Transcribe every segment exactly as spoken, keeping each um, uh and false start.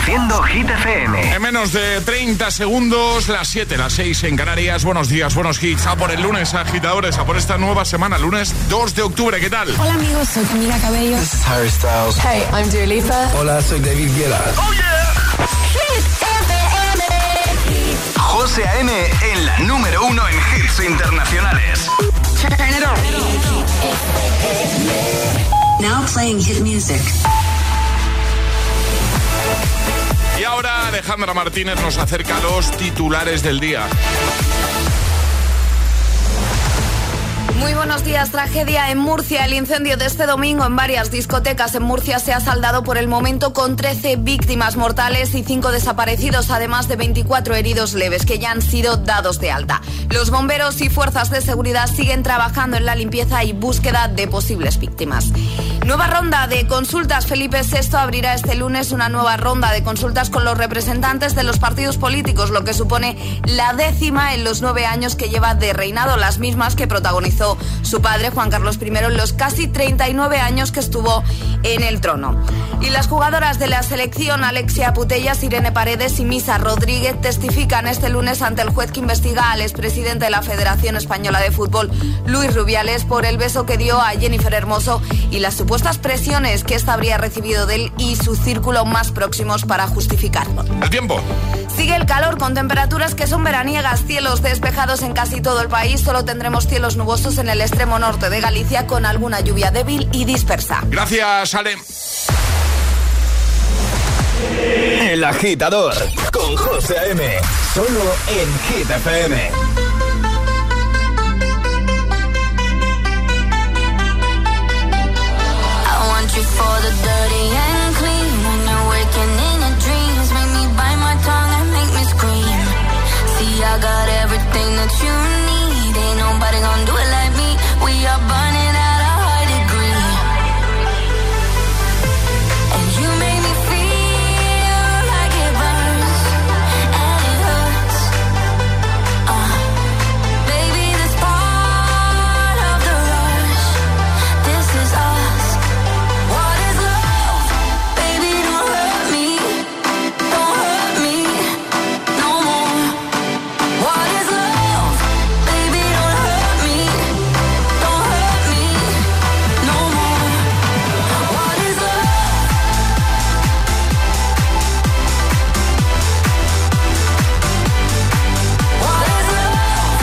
Haciendo Hit F M. En menos de treinta segundos, las siete, las seis en Canarias. Buenos días, buenos hits. A por el lunes, agitadores, a por esta nueva semana, lunes dos de octubre. ¿Qué tal? Hola amigos, soy Camila Cabello. This is Harry Styles. Hey, I'm Dua Lipa. Hola, soy David Guetta. ¡Oh, yeah! Hit F M. José A M en la número uno en hits internacionales. Turn it on. Now playing hit music. Y ahora Alejandra Martínez nos acerca a los titulares del día. Muy buenos días. Tragedia en Murcia. El incendio de este domingo en varias discotecas en Murcia se ha saldado por el momento con trece víctimas mortales y cinco desaparecidos, además de veinticuatro heridos leves que ya han sido dados de alta. Los bomberos y fuerzas de seguridad siguen trabajando en la limpieza y búsqueda de posibles víctimas. Nueva ronda de consultas. Felipe sexto abrirá este lunes una nueva ronda de consultas con los representantes de los partidos políticos, lo que supone la décima en los nueve años que lleva de reinado, las mismas que protagonizó su padre Juan Carlos primero en los casi treinta y nueve años que estuvo en el trono. Y las jugadoras de la selección Alexia Putellas, Irene Paredes y Misa Rodríguez testifican este lunes ante el juez que investiga al expresidente de la Federación Española de Fútbol, Luis Rubiales, por el beso que dio a Jennifer Hermoso y las supuestas presiones que ésta habría recibido de él y su círculo más próximos para justificarlo. El tiempo. Sigue el calor con temperaturas que son veraniegas, cielos despejados en casi todo el país. Solo tendremos cielos nubosos en el extremo norte de Galicia con alguna lluvia débil y dispersa. Gracias, Ale. El Agitador con José A M. Solo en Hit F M. For the dirty and clean, when you're waking in your dreams, make me bite my tongue and make me scream. See, I got everything that you need, ain't nobody gonna do it like me. We are burning at a high degree, and you make me feel like it burns and it hurts. Uh, baby, this part of the rush, this is us. What is love? Baby, don't hurt me. Don't hurt me no more. What is love? Baby, don't hurt me. Don't hurt me no more. What is love? What is love?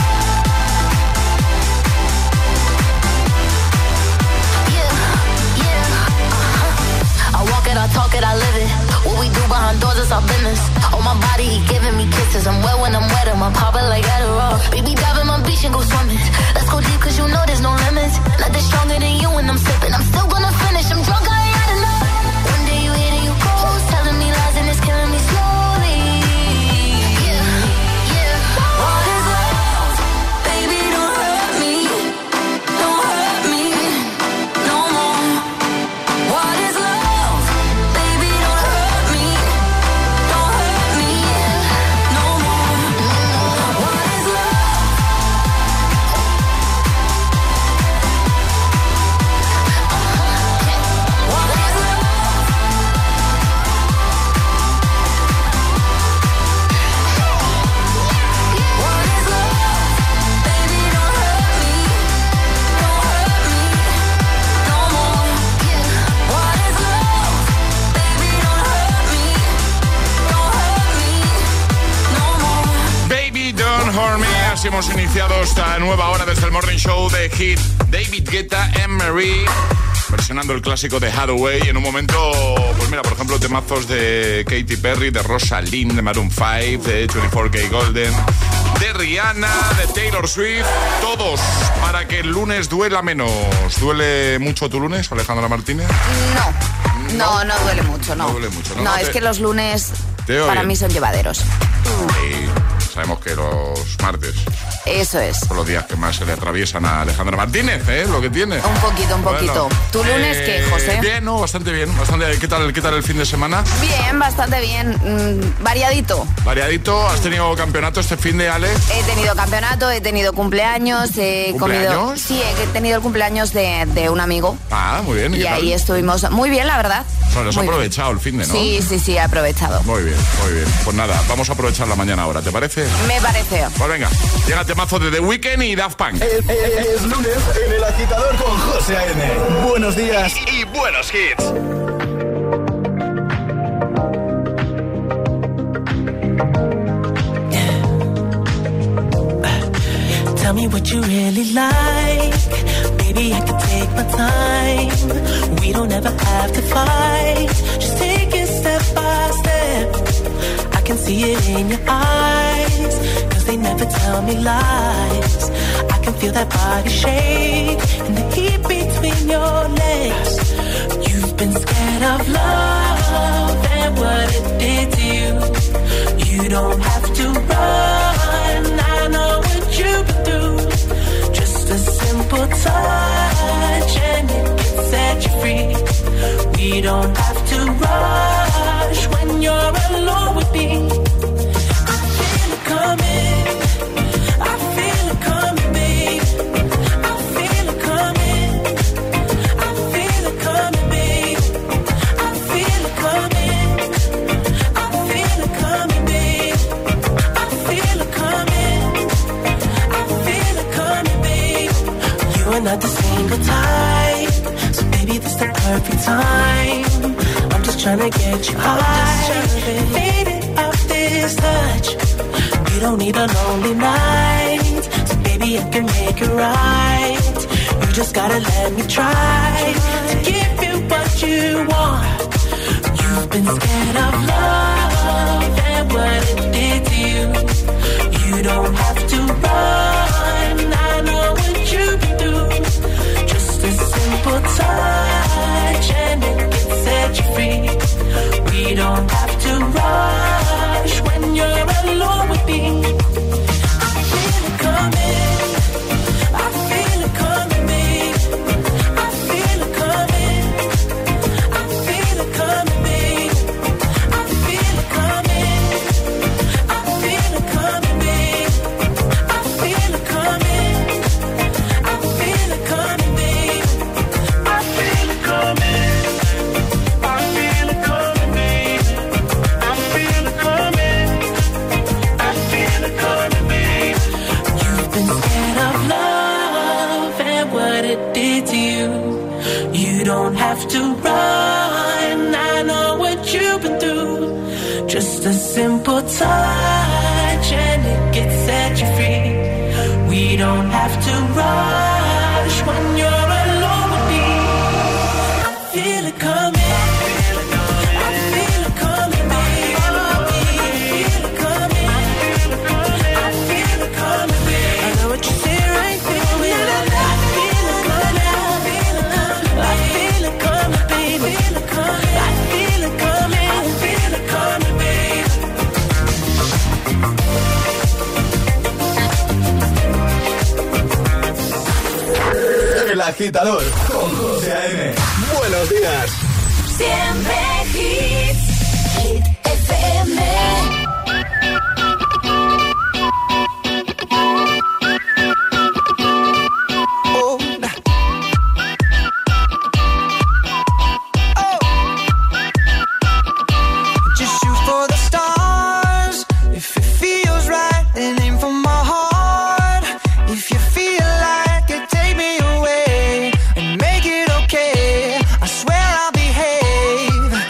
Yeah, yeah. I walk it, I talk it, I live it. What we do behind doors is our business. On my body, he giving me kisses. I'm wet when I'm wet, I'm popping like Adderall. Baby, dive in my beach and go swimming. Let's go deep, cause you know there's no limits. Nothing stronger than you when I'm sipping. I'm still gonna finish, I'm drunk, I ain't had enough. One day you hit and you go, telling me lies and it's killing me slowly. Yeah, yeah. What is love? Baby, don't hurt me. Don't hurt me no more. What is love? Baby, don't hurt me. Don't hurt me no more. What is love? What is love? What is love? Baby, don't hurt me. Don't hurt me no more. What is love? Baby, don't hurt me. Don't hurt me no more. Baby, don't hurt me. Así hemos iniciado esta nueva hora desde el Morning Show de Hit. David Guetta and Marie versionando el clásico de Hathaway. En un momento, pues mira, por ejemplo, temazos de Katy Perry, de Rosalind, de Maroon cinco, de veinticuatro K Golden, de Rihanna, de Taylor Swift. Todos para que el lunes duela menos. ¿Duele mucho tu lunes, Alejandra Martínez? No, no, no duele mucho, no. No duele mucho, ¿no? No, No es te- que los lunes Te oye. para mí son llevaderos. Y sabemos que los martes Eso es. son los días que más se le atraviesan a Alejandra Martínez, ¿eh? Lo que tiene. Un poquito, un poquito. ¿Tu lunes qué, José? Bien, no, bastante bien. Bastante, ¿qué tal, ¿Qué tal el fin de semana? Bien, bastante bien. Mm, variadito. Variadito. ¿Has tenido campeonato este fin de, Ale? He tenido campeonato, he tenido cumpleaños, he ¿Cumpleaños? comido... Sí, he tenido el cumpleaños de, de un amigo. Ah, muy bien. ¿Y, Y qué ahí tal? estuvimos muy bien, la verdad. No, lo has aprovechado el fin de, ¿no? Sí, sí, sí, he aprovechado. Muy bien, muy bien. Pues nada, vamos a aprovechar la mañana ahora, ¿te parece? Me parece. Pues venga, llega el temazo de The Weeknd y Daft Punk. Es, es, es lunes en El Agitador con José A M. Buenos días y, y buenos hits. Tell me what you really like. Maybe I can take my time. We don't ever have to fight. Just take it step by step. I can see it in your eyes. Cause they never tell me lies. I can feel that body shake. And the heat between your legs. You've been scared of love and what it did to you. You don't have to run. I know what you've been through. Just a simple touch and it can set you free. We don't have to rush when you're alone with me. I feel it coming. I feel it coming, babe. I feel it coming. I feel it coming, babe. I feel it coming. I feel it coming, babe. I feel it coming. I feel it coming, babe. You are not the single type, so baby, this the perfect time. I'm just tryna get you high, faded off this touch. You don't need a lonely night, so baby, I can make it right. You just gotta let me try to give you what you want. You've been scared of love and what it did to you. You don't have to run. I know what you've been through. Just a simple touch and it can set you free. We don't have to rush when you're alone with me. I feel it coming. I feel it coming, babe. I feel it coming. I feel it coming, babe. I feel it coming. I feel it coming, babe. I feel it coming. I feel it coming, babe. I feel it coming. I feel it coming, babe. I feel it coming. I feel it coming, babe. You've been scared of love and what it did to you. You don't have to run. I know what you've been through. Just a simple touch and it gets set you free. We don't have to rush when you're alone with me. I feel it coming. I feel it coming, babe. I feel it coming. I feel it coming, babe. I know what you say right there. I feel it coming. I feel it coming, baby. I feel it coming. I feel it coming, babe. El Agitador con José A M. Buenos días. Siempre hits. Hit F M. Just shoot for the stars. If it feels right, then aim for my heart. If you feel like it, take me away and make it okay. I swear I'll behave.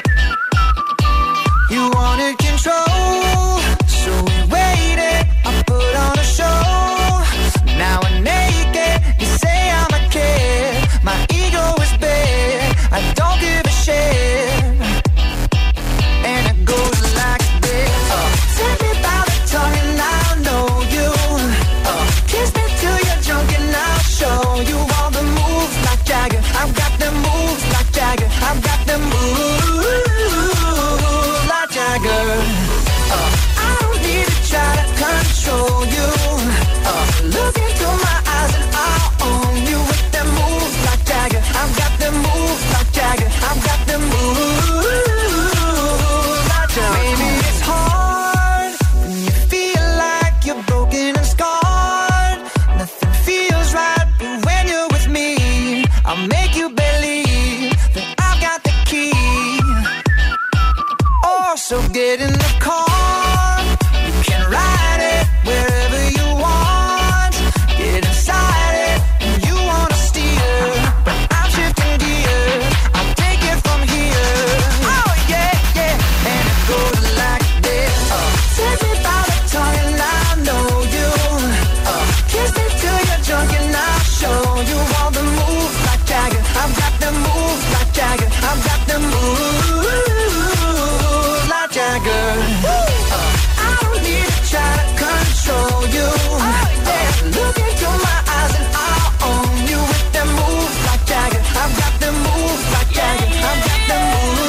So get in the car, you can ride it wherever you want. Get inside it, and you wanna steer, but I'm shifting gears. I'll take it from here. Oh yeah, yeah, and it goes like this. Uh, Says it by the tongue and I know you. Uh, kiss it till you're drunk and I'll show you all the moves like Jagger. I've got the moves like Jagger. I've got the moves like Jagger. Uh, I don't need to try to control you. Oh, yeah. Look into my eyes and I'll own you with the moves like Jagger. I've got the moves like Jagger. I've got the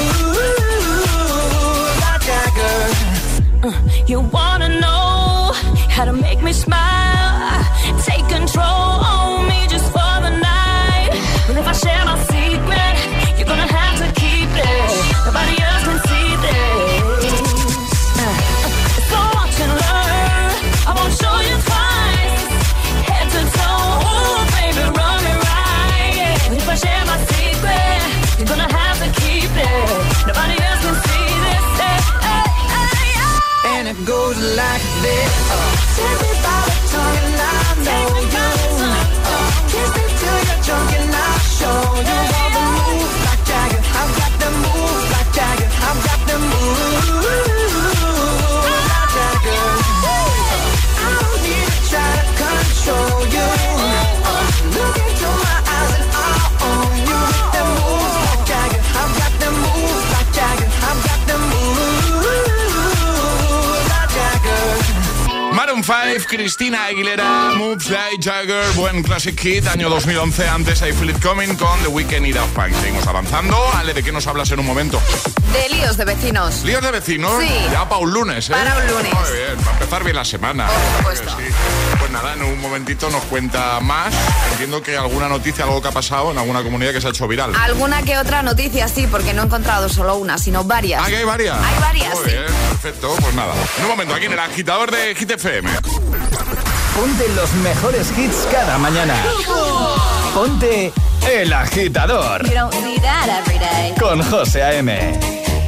moves like Jagger. Uh, you wanna know how to make me smile? Take control on me just for the night. But if I share my secret, you're gonna have to keep it. Nobody else can see this. Uh, so watch and learn. I won't show you twice. Head to toe, ooh, baby, run me right. But if I share my secret, you're gonna have to keep it. Nobody else can see this. Hey, hey, hey, hey. And it goes like this. Uh, Tell me about the tongue and I know you. Uh, kiss me till you're drunk and I'll show you all the moves like Jagger. I've got the moves like Jagger. I've got the moves like Jagger. Uh, I don't need to try to control you. Uh, look into my eyes and I'll own you with the moves like Jagger. I've got the moves like Jagger. I've got the moves like Jagger. Maroon five, Cristina Aguilera, Moves Like Jagger, buen classic hit, año dos mil once, antes I Feel It Coming con The Weeknd y Daft Punk. Seguimos avanzando. Ale, ¿de qué nos hablas en un momento? De líos de vecinos. ¿Líos de vecinos? Sí. Ya para un lunes, ¿eh? Para un lunes. Muy bien, para empezar bien la semana. Por supuesto. Sí. Pues nada, en un momentito nos cuenta más. Entiendo que alguna noticia, algo que ha pasado en alguna comunidad que se ha hecho viral. Alguna que otra noticia, sí, porque no he encontrado solo una, sino varias. Ah, que hay varias. Hay varias, Muy sí. bien, perfecto. Pues nada, en un momento, aquí en el agitador de Hit F M. Ponte los mejores hits cada mañana. Ponte El Agitador. You don't see that every day. Con José A M.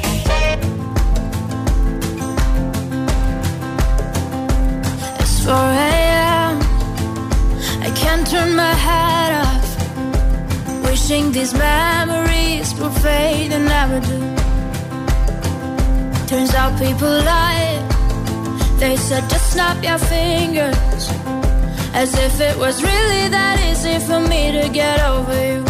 It's four a.m. I can't turn my head off. Wishing these memories will fade and never do. Turns out people lie. They said just snap your fingers. As if it was really that easy for me to get over you.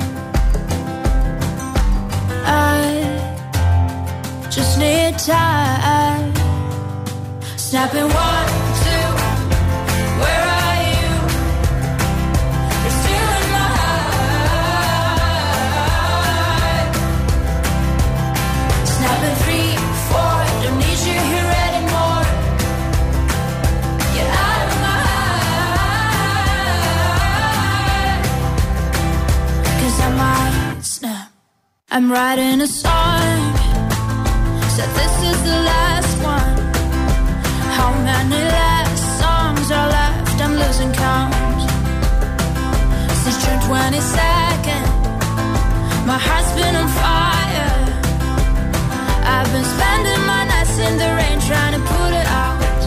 I just need time. Snapping one, two, where are you? You're still in my heart. Snapping three, four, don't need you here anymore. Get out of my heart. 'Cause I might snap. I'm writing a song. Said this is the last one. How many last songs are left? I'm losing count. Since June twenty-second, my heart's been on fire. I've been spending my nights in the rain trying to put it out.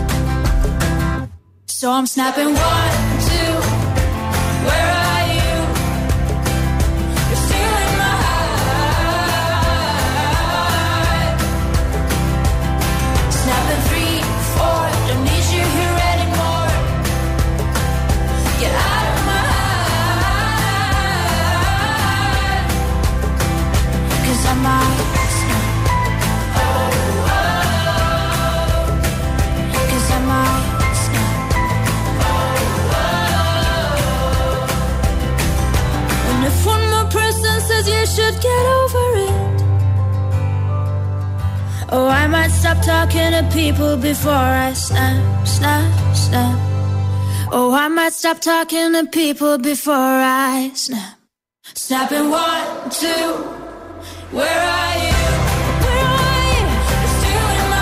So I'm snapping one, two, where are you? You're still in my heart. Snapping three, four, don't need you here anymore. Get out of my heart. 'Cause I might snap. Oh, oh. 'Cause I might snap. Oh, oh. And if one more person says you should get over it, oh, I might stop talking to people before I snap, snap, snap. Oh, I might stop talking to people before I snap. Snapping one, two, where are you? Where are you? You're still in my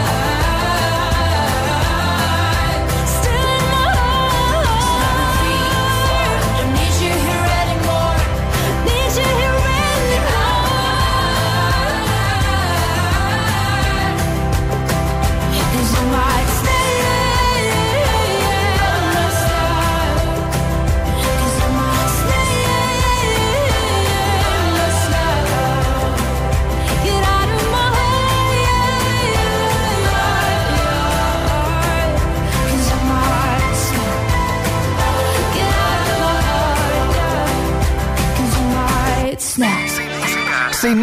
heart. Still in my heart. Three, four, don't need you here anymore. Need you here anymore.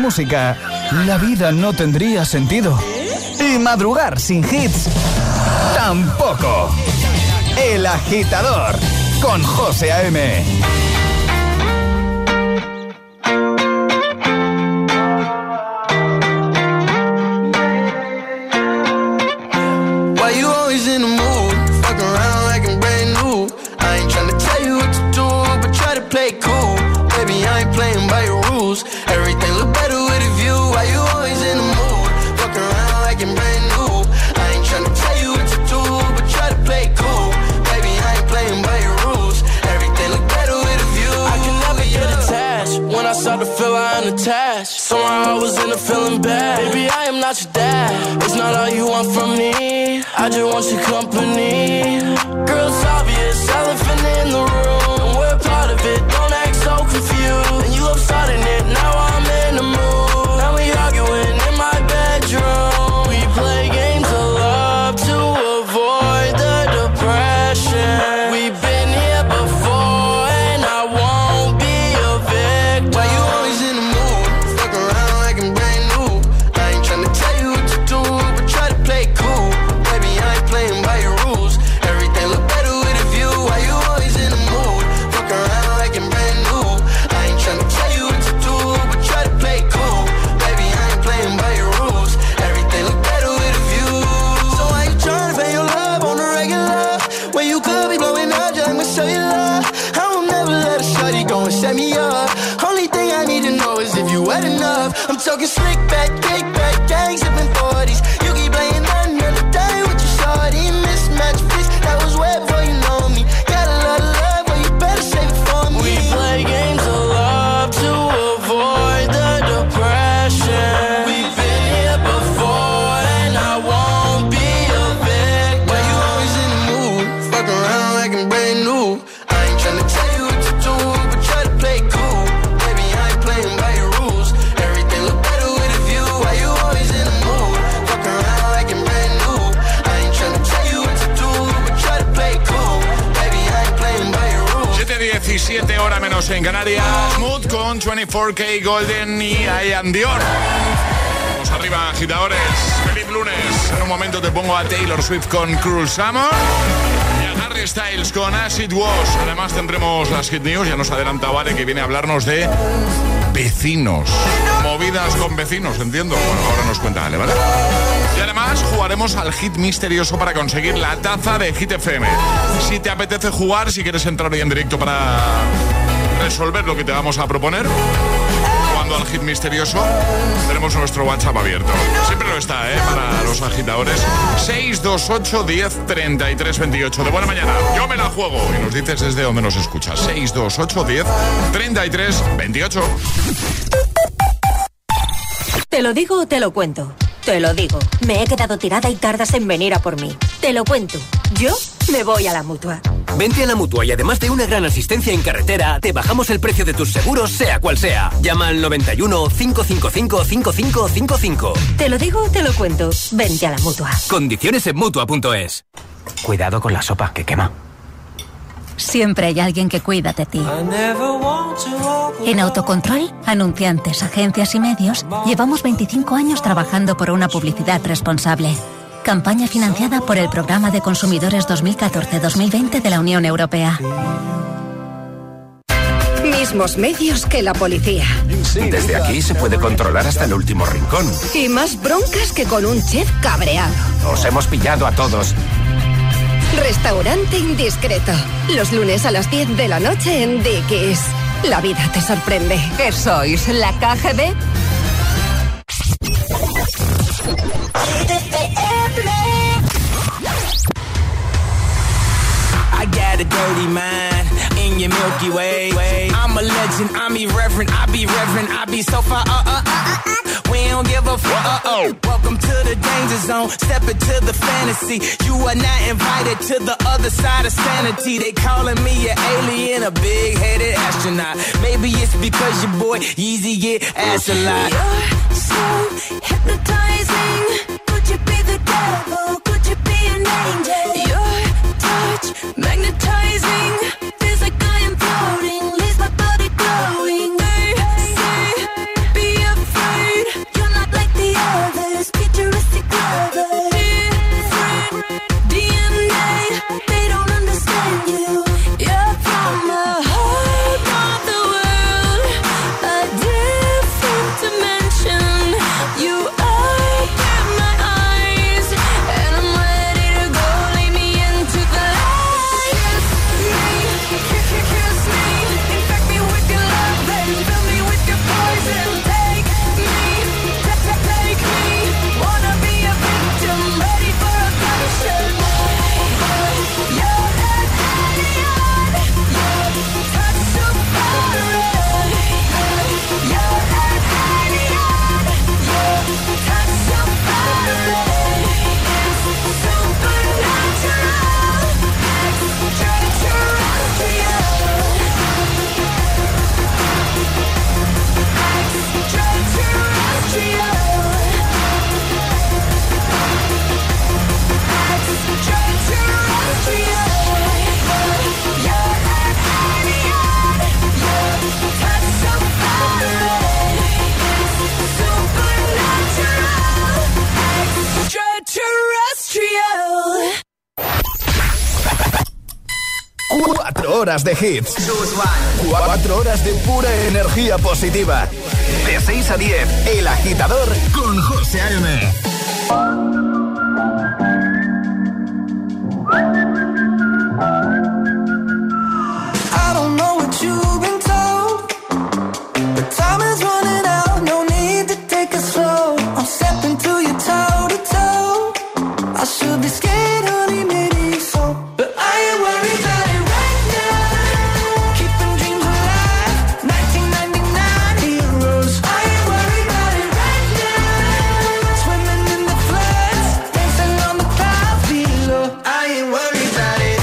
música, la vida no tendría sentido. Y madrugar sin hits, tampoco. El Agitador, con José A M. Why you always in the mood? Fuck around like I'm brand new. I ain't tryna tell you what to do, but try to play cool. Baby, I ain't playing by your rules. Everything look better with a view. Why you always in the mood? Fuck around like I'm brand new. I ain't tryna tell you what to do, but try to play cool. Baby, I ain't playing by your rules. Everything look better with a view. I can never get attached. When I start to feel I'm attached, somehow I was in a feeling bad. Baby, I am not your dad. It's not all you want from me. I just want your company. Girl, it's obvious, elephant in the room, and we're part of it. Don't act so confused. And you love starting it. Now I'm in the mood. Now we arguing in my bedroom. We play games of love to avoid the depression. We've been here before, and I won't be a victim. Why you always in the mood? Fuck around like I'm brand new. I ain't tryna tell you what to do, but try to play cool. Baby, I ain't playing by your rules. Everything look better with a view. Why you always in the mood? Fuck around like I'm brand new. I ain't tryna tell you what to do, but try to play cool. Baby, I ain't playing by your rules. Everything look better with a view. So why you tryna pay your love on the regular, when you could be blowing up just to show your love? I will never let a shorty go and set me up. Only thing I need to know is if you wet enough. I'm talking slick back, kick back, gang sipping forties. You keep playing another day with your shorty. Mismatch fish, that was wet before you know me. Got a lot of love, but you better save it for me. We play games of love to avoid the depression. We've been here before, and I won't be a victim. Why you always in the mood? Fuck around like I'm brand new. I ain't tryna tell you what to do, but try to play cool. Baby, I ain't playing by your rules. Everything look better with a view. Why you always in the mood? Fuck around like I'm brand new. I ain't tryna tell you what to do, but try to play cool. Baby, I ain't playing by your rules. siete diecisiete, hora menos en Canarias. Mood con veinticuatro K Golden y I Am Dior. Vamos arriba, agitadores. Feliz lunes. En un momento te pongo a Taylor Swift con Cruel Summer y a Harry Styles con As It Was. Además tendremos las Hit News. Ya nos adelanta Vale, que viene a hablarnos de vecinos. Movidas con vecinos, entiendo. Bueno, ahora nos cuenta Ale, ¿vale? Y además jugaremos al hit misterioso para conseguir la taza de Hit F M. Si te apetece jugar, si quieres entrar hoy en directo para resolver lo que te vamos a proponer, jugando al hit misterioso, tenemos nuestro WhatsApp abierto. Siempre lo está, ¿eh? Para los agitadores. seis dos ocho, diez, treinta y tres, veintiocho. De buena mañana. Yo me la juego. Y nos dices desde dónde nos escuchas. seis dos ocho, diez, treinta y tres, veintiocho. ¿Te lo digo o te lo cuento? Te lo digo. Me he quedado tirada y tardas en venir a por mí. Te lo cuento. Yo me voy a la Mutua. Vente a la Mutua y además de una gran asistencia en carretera, te bajamos el precio de tus seguros, sea cual sea. Llama al noventa y uno, cinco cinco cinco, cinco cinco cinco cinco. Te lo digo o te lo cuento. Vente a la Mutua. Condiciones en Mutua punto es. Cuidado con la sopa, que quema. Siempre hay alguien que cuida de ti. En Autocontrol, anunciantes, agencias y medios, llevamos veinticinco años trabajando por una publicidad responsable. Campaña financiada por el Programa de Consumidores dos mil catorce dos mil veinte de la Unión Europea. Mismos medios que la policía. Desde aquí se puede controlar hasta el último rincón. Y más broncas que con un chef cabreado. Os hemos pillado a todos. Restaurante Indiscreto. Los lunes a las diez de la noche en Dickies. La vida te sorprende. ¿Qué sois, la K G B? I got a dirty mind in your Milky Way. I'm a legend, I'm irreverent, I be reverent, I be so far, uh, uh, uh, uh. We don't give a fuck, uh, oh. Welcome to the danger zone, step into the fantasy. You are not invited to the other side of sanity. They calling me an alien, a big-headed astronaut. Maybe it's because your boy Yeezy get asked a lot. You're so hypnotizing. Could you be the devil? Could you be an angel? Your touch magnetizing. Feels like I am floating. Leaves my body glowing. They say, be afraid. horas de hits. Cuatro horas de pura energía positiva. De seis a diez, El Agitador con José A.M. I don't know what you've been told, but time is running out, no need to take it slow. I'm stepping to you toe to toe. I should be scared, honey, maybe so, but I ain't worried about it right now. Keeping dreams alive, nineteen ninety-nine heroes. I ain't worried about it right now. Swimming in the floods, dancing on the clouds below. I ain't worried about it.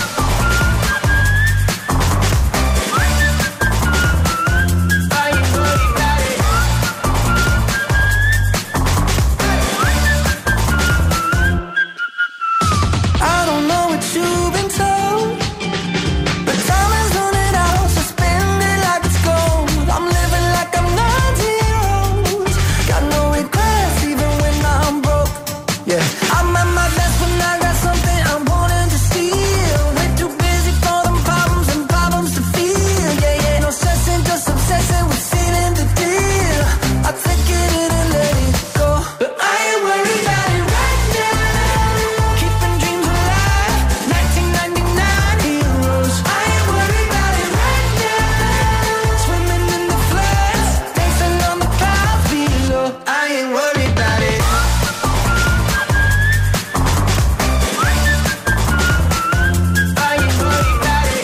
I don't know what you've been told, but time is running out, so spend it like it's gold. I'm living like I'm nineteen years old. Got no regrets even when I'm broke. Yeah, I'm at my best when I got something I'm wanting to steal. Way too busy for them problems and problems to feel. Yeah, yeah, no stressing, just obsessing with sealing the deal. I take it in and let it go, but I ain't worried about it right now. Keeping dreams alive, nineteen ninety-nine heroes. I ain't worried about it right now. Swimming in the floods, dancing on the clouds below. I ain't worried about it. I ain't worried about it.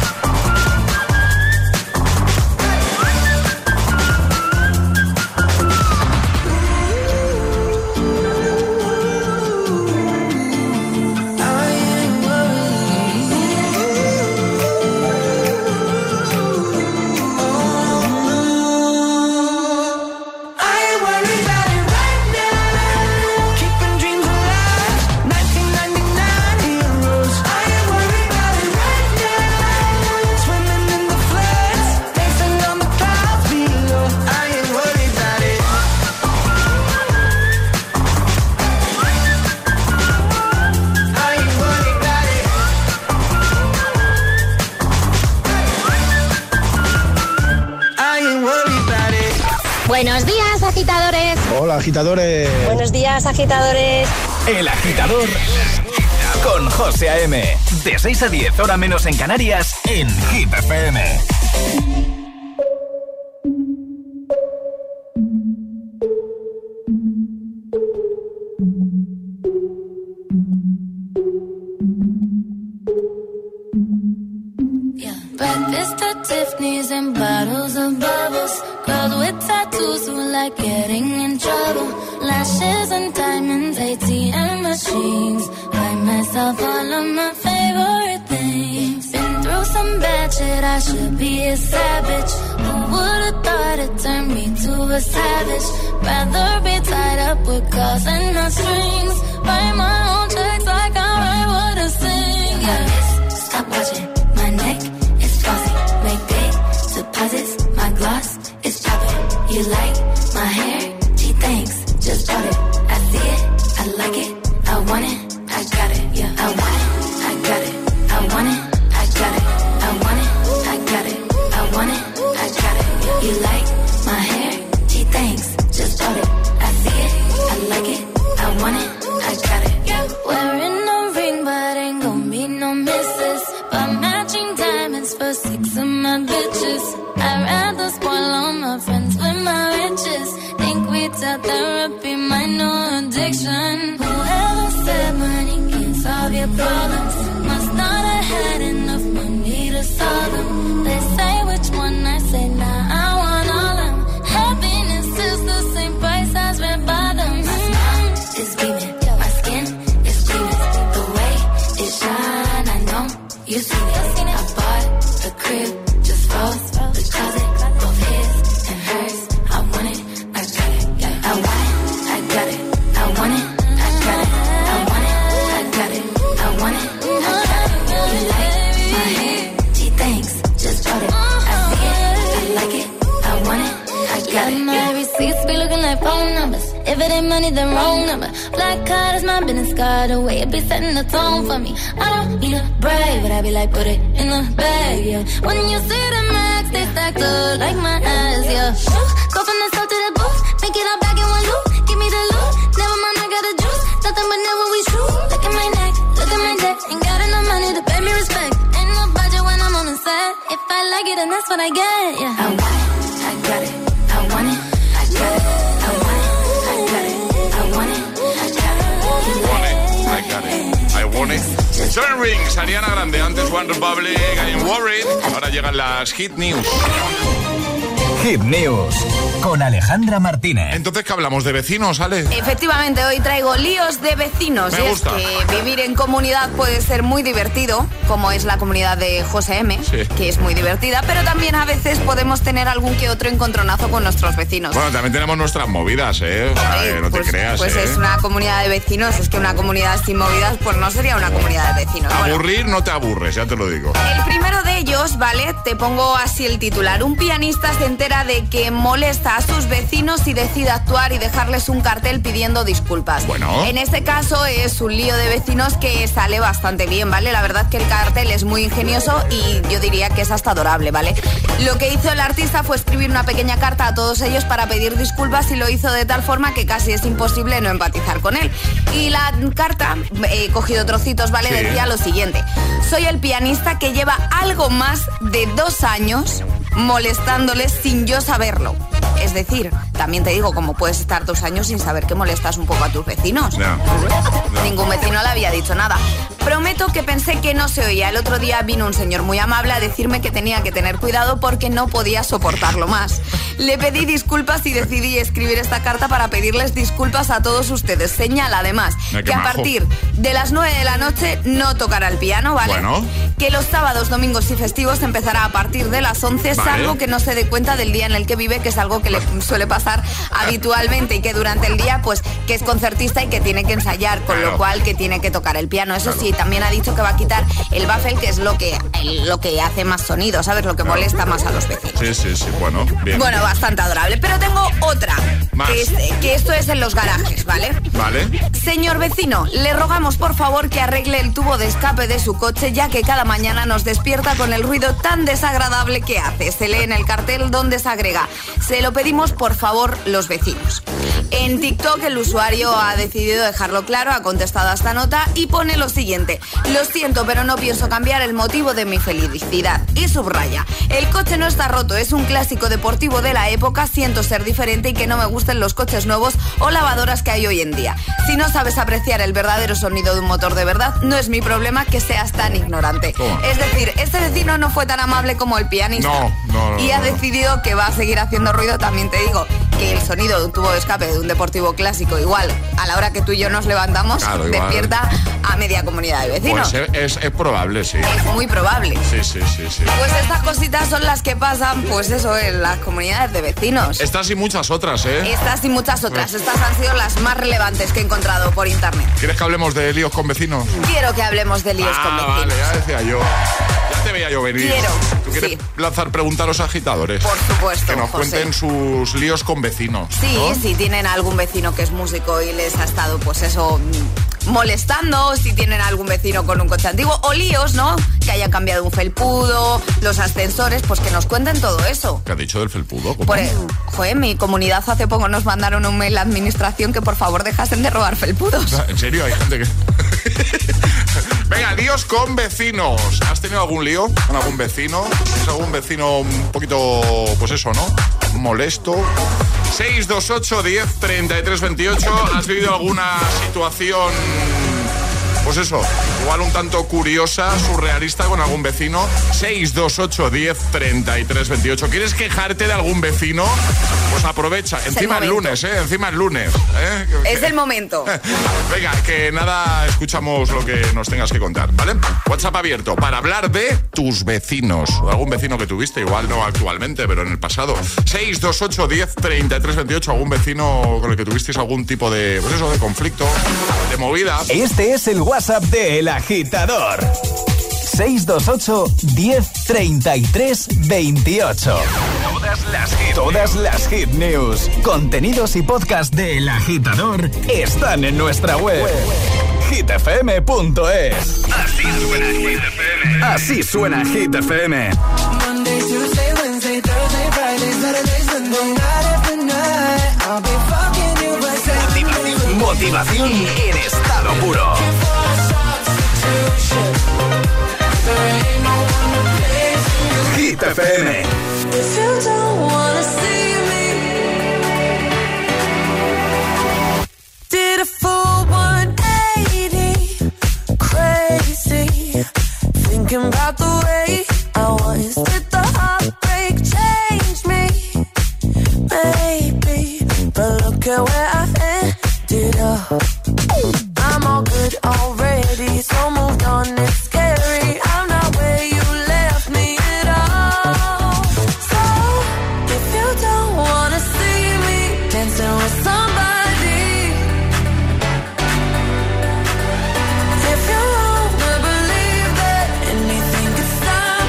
I ain't I ain't worried about it right now. Keeping dreams alive, nineteen ninety-nine heroes. I ain't worried about it right now. Swimming in the floods, dancing on the clouds below. I ain't worried about it. I ain't worried about it. I ain't worried about it. Buenos días, agitadores. Hola, agitadores. Buenos días, agitadores. El Agitador con José A.M. De seis a diez, hora menos en Canarias, en Hit F M. Breakfast at Tiffany's and bottles of bubbles. Girls with tattoos who like getting in trouble. Lashes and diamonds, A T M machines. Buy myself all of my favorite things. Been through some bad shit, I should be a savage. Who would've thought it turned me to a savage? Rather be tied up with calls and no strings. Write my own checks like I write what I sing. Yeah, stop watching my neck. Make big deposits, my gloss is poppin'. You like my hair? Gee, thanks, just bought it. I see it, I like it, I want it, I got it. Yeah, I want it, I got it, I want it, I got it, I want it, I got it, I want it, I got it. Yeah. You like my hair? Gee, thanks, just bought it. I see it, I like it, I want it, I got it. Yeah. Wearing no ring, but ain't gon' be no misses. But matching diamonds for six of my bitches. I'd rather spoil all my friends with my riches. Think we tell therapy my new addiction. Whoever said money can't solve your problems must not have had enough money to solve them. They say which one, I say nah, I want all them. Happiness is the same price as red bottoms. My smile is beaming, my skin ain't money, then wrong number. Black card is my business card, the way it be setting the tone for me. I don't need a brag, but I be like, put it in the bag, yeah. When you see the max, they stack up like my ass, yeah. Go from the south to the booth, make it all back in one loop. Give me the loot, never mind, I got the juice. Nothing but never we true. Look at my neck, look at my neck. Ain't got enough money to pay me respect. Ain't no budget when I'm on the set. If I like it, then that's what I get, yeah. I want it, I got it, I want it, I got it. I want it, I got it, I want it, I got it. Want it, I got it, I want it. John Rings, Ariana Grande, antes One Republic, I'm Worried. Ahora llegan las Hit News. Hit News con Alejandra Martínez. Entonces, ¿qué hablamos? ¿De vecinos, Ale? Efectivamente, hoy traigo líos de vecinos. Me y gusta. Es que vivir en comunidad puede ser muy divertido, como es la comunidad de José M, sí, que es muy divertida, pero también a veces podemos tener algún que otro encontronazo con nuestros vecinos. Bueno, también tenemos nuestras movidas, ¿eh? O sea, eh, no pues, te creas, Pues ¿eh? es una comunidad de vecinos, es que una comunidad sin movidas pues no sería una comunidad de vecinos. Aburrir bueno, no te aburres, ya te lo digo. El primero de ellos, ¿vale? Te pongo así el titular. Un pianista se entera de que molesta a sus vecinos y decide actuar y dejarles un cartel pidiendo disculpas. Bueno. En este caso es un lío de vecinos que sale bastante bien, ¿vale? La verdad que el cartel es muy ingenioso y yo diría que es hasta adorable, ¿vale? Lo que hizo el artista fue escribir una pequeña carta a todos ellos para pedir disculpas y lo hizo de tal forma que casi es imposible no empatizar con él. Y la carta, he cogido trocitos, ¿vale? Sí. Decía lo siguiente: soy el pianista que lleva algo más de dos años molestándoles sin yo saberlo. Es decir, también te digo, como puedes estar dos años sin saber que molestas un poco a tus vecinos. No. No. Ningún vecino le había dicho nada. Prometo que pensé que no se oía. El otro día vino un señor muy amable a decirme que tenía que tener cuidado porque no podía soportarlo más. Le pedí disculpas y decidí escribir esta carta para pedirles disculpas a todos ustedes. Señala además Ay, que a majo. partir de las nueve de la noche no tocará el piano, ¿vale? Bueno. Que los sábados, domingos y festivos empezará a partir de las once, Vale. salvo que no se dé cuenta del día en el que vive, que es algo que le suele pasar habitualmente, y que durante el día pues que es concertista y que tiene que ensayar, con Claro. lo cual que tiene que tocar el piano. Eso Claro. sí, también ha dicho que va a quitar el baffle, que es lo que el- lo que hace más sonido, ¿sabes? Lo que Claro. molesta más a los vecinos. Sí, sí, sí, bueno, bien. Bueno, bastante adorable. Pero tengo otra, Más. que, es- que esto es en los garajes, ¿vale? Vale. Señor vecino, le rogamos por favor que arregle el tubo de escape de su coche, ya que cada mañana nos despierta con el ruido tan desagradable que hace. Se lee en el cartel donde se agrega: se lo pedimos por favor los vecinos. En TikTok el usuario ha decidido dejarlo claro, ha contestado a esta nota y pone lo siguiente: lo siento, pero no pienso cambiar el motivo de mi felicidad. Y subraya: el coche no está roto, es un clásico deportivo de la época, siento ser diferente y que no me gusten los coches nuevos o lavadoras que hay hoy en día. Si no sabes apreciar el verdadero sonido de un motor de verdad, no es mi problema que seas tan ignorante. Toma. Es decir, este vecino no fue tan amable como el pianista. No, no, no, y ha no. decidido que va a seguir haciendo ruido. También te digo que el sonido de un tubo de escape de un deportivo clásico, igual a la hora que tú y yo nos levantamos, Claro, igual. despierta a media comunidad de vecinos. Pues es, es, es probable, sí. Es muy probable. Sí, sí, sí, sí. Pues estas cositas son las que pasan, pues eso, en las comunidades de vecinos. Estas y muchas otras, ¿eh? Estas y muchas otras. Estas han sido las más relevantes que he encontrado por internet. ¿Quieres que hablemos de líos con vecinos? Quiero que hablemos de líos ah, con vecinos. vale, ya decía yo. Ya te veía yo venir. Quiero, ¿Tú quieres sí. lanzar preguntas a los agitadores? Por supuesto, Que nos José. cuenten sus líos con vecinos. Sí, ¿no? si tienen algún vecino que es músico y les ha estado, pues eso, mm, molestando, si tienen algún vecino con un coche antiguo, o líos, ¿no? Que haya cambiado un felpudo, los ascensores, pues que nos cuenten todo eso. ¿Qué ha dicho del felpudo? ¿Cómo? Por, e- joder, mi comunidad hace poco nos mandaron un mail a administración que por favor dejasen de robar felpudos. ¿En serio? Hay gente que... Venga, líos con vecinos. ¿Has tenido algún lío con algún vecino? ¿Es algún vecino un poquito, pues eso, ¿no? Molesto. seis dos ocho, diez, treinta y tres, veintiocho. ¿Has vivido alguna situación, pues eso, igual un tanto curiosa, surrealista con algún vecino? seis dos ocho, diez, treinta y tres, veintiocho. ¿Quieres quejarte de algún vecino? Pues aprovecha. Encima el es momento. lunes, ¿eh? Encima es lunes. ¿eh? Es el momento. Venga, que nada, escuchamos lo que nos tengas que contar, ¿vale? WhatsApp abierto para hablar de tus vecinos. Algún vecino que tuviste, igual no actualmente, pero en el pasado. seis dos ocho, diez, treinta y tres, veintiocho. Algún vecino con el que tuvisteis algún tipo de, pues eso, de conflicto, de movida. Este es el WhatsApp de El Agitador. seis dos ocho, diez, treinta y tres, veintiocho. Todas las hit, todas las hit news, contenidos y podcast de El Agitador están en nuestra web. hit f m punto es. Así suena Hit F M. Así suena Hit F M. Monday, Tuesday, Wednesday, Thursday, Friday, Saturday, Sunday, night after night. I'll be fucking you, but Motivación, motivación en estado puro. Hit F M. If you don't wanna see me, did a full one eighty, crazy, thinking about the way I was. Did the heartbreak change me? Maybe, but look at where I ended up. I'm all good already, so moved on, it's scary. I'm not where you left me at all. So, if you don't wanna see me dancing with somebody, if you wanna believe that anything could stop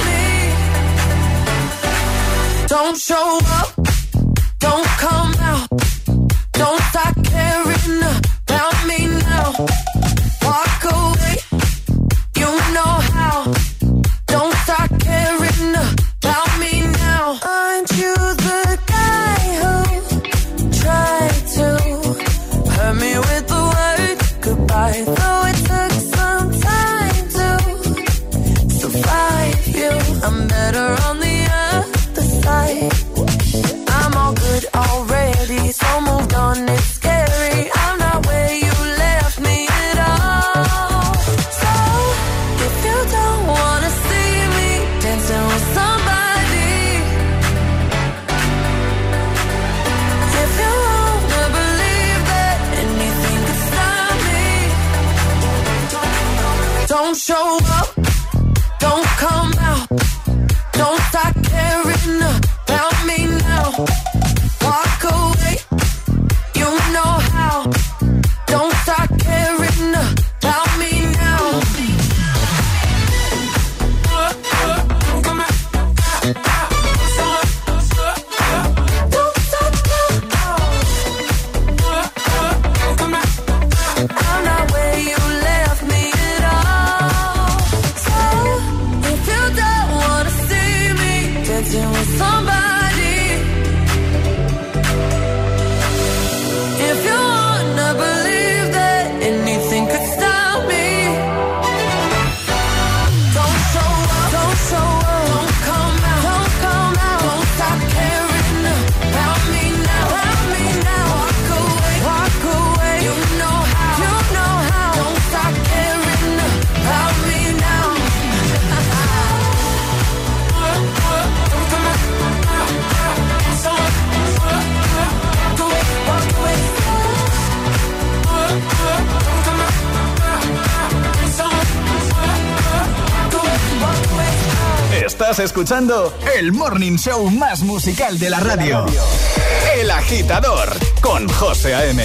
me, don't show up, don't come out, don't start caring about me now. Walk away, you know how. Don't start caring about me now. Aren't you the guy who tried to hurt me with the word goodbye? Though it took some time to survive you, I'm better on the other side. I'm all good already, so moved on, it's scary. I'm not where you left me at all. So, if you don't wanna see me dancing with somebody, if you wanna believe that anything could stop me, don't show up, don't come out, don't start caring about me now. Walk away, you know how. Don't start caring about me now. Don't stop now. I'm not where you left me at all. So, if you don't wanna see me dancing with somebody, if you wanna believe that anything could stop me, don't show up, don't show up, don't come out, don't come out, don't stop caring about me now, about me now. Walk away, walk away, you know how, you know how. Don't stop caring about me now. Walk away. Estás escuchando el morning show más musical de la radio. El Agitador con José A M.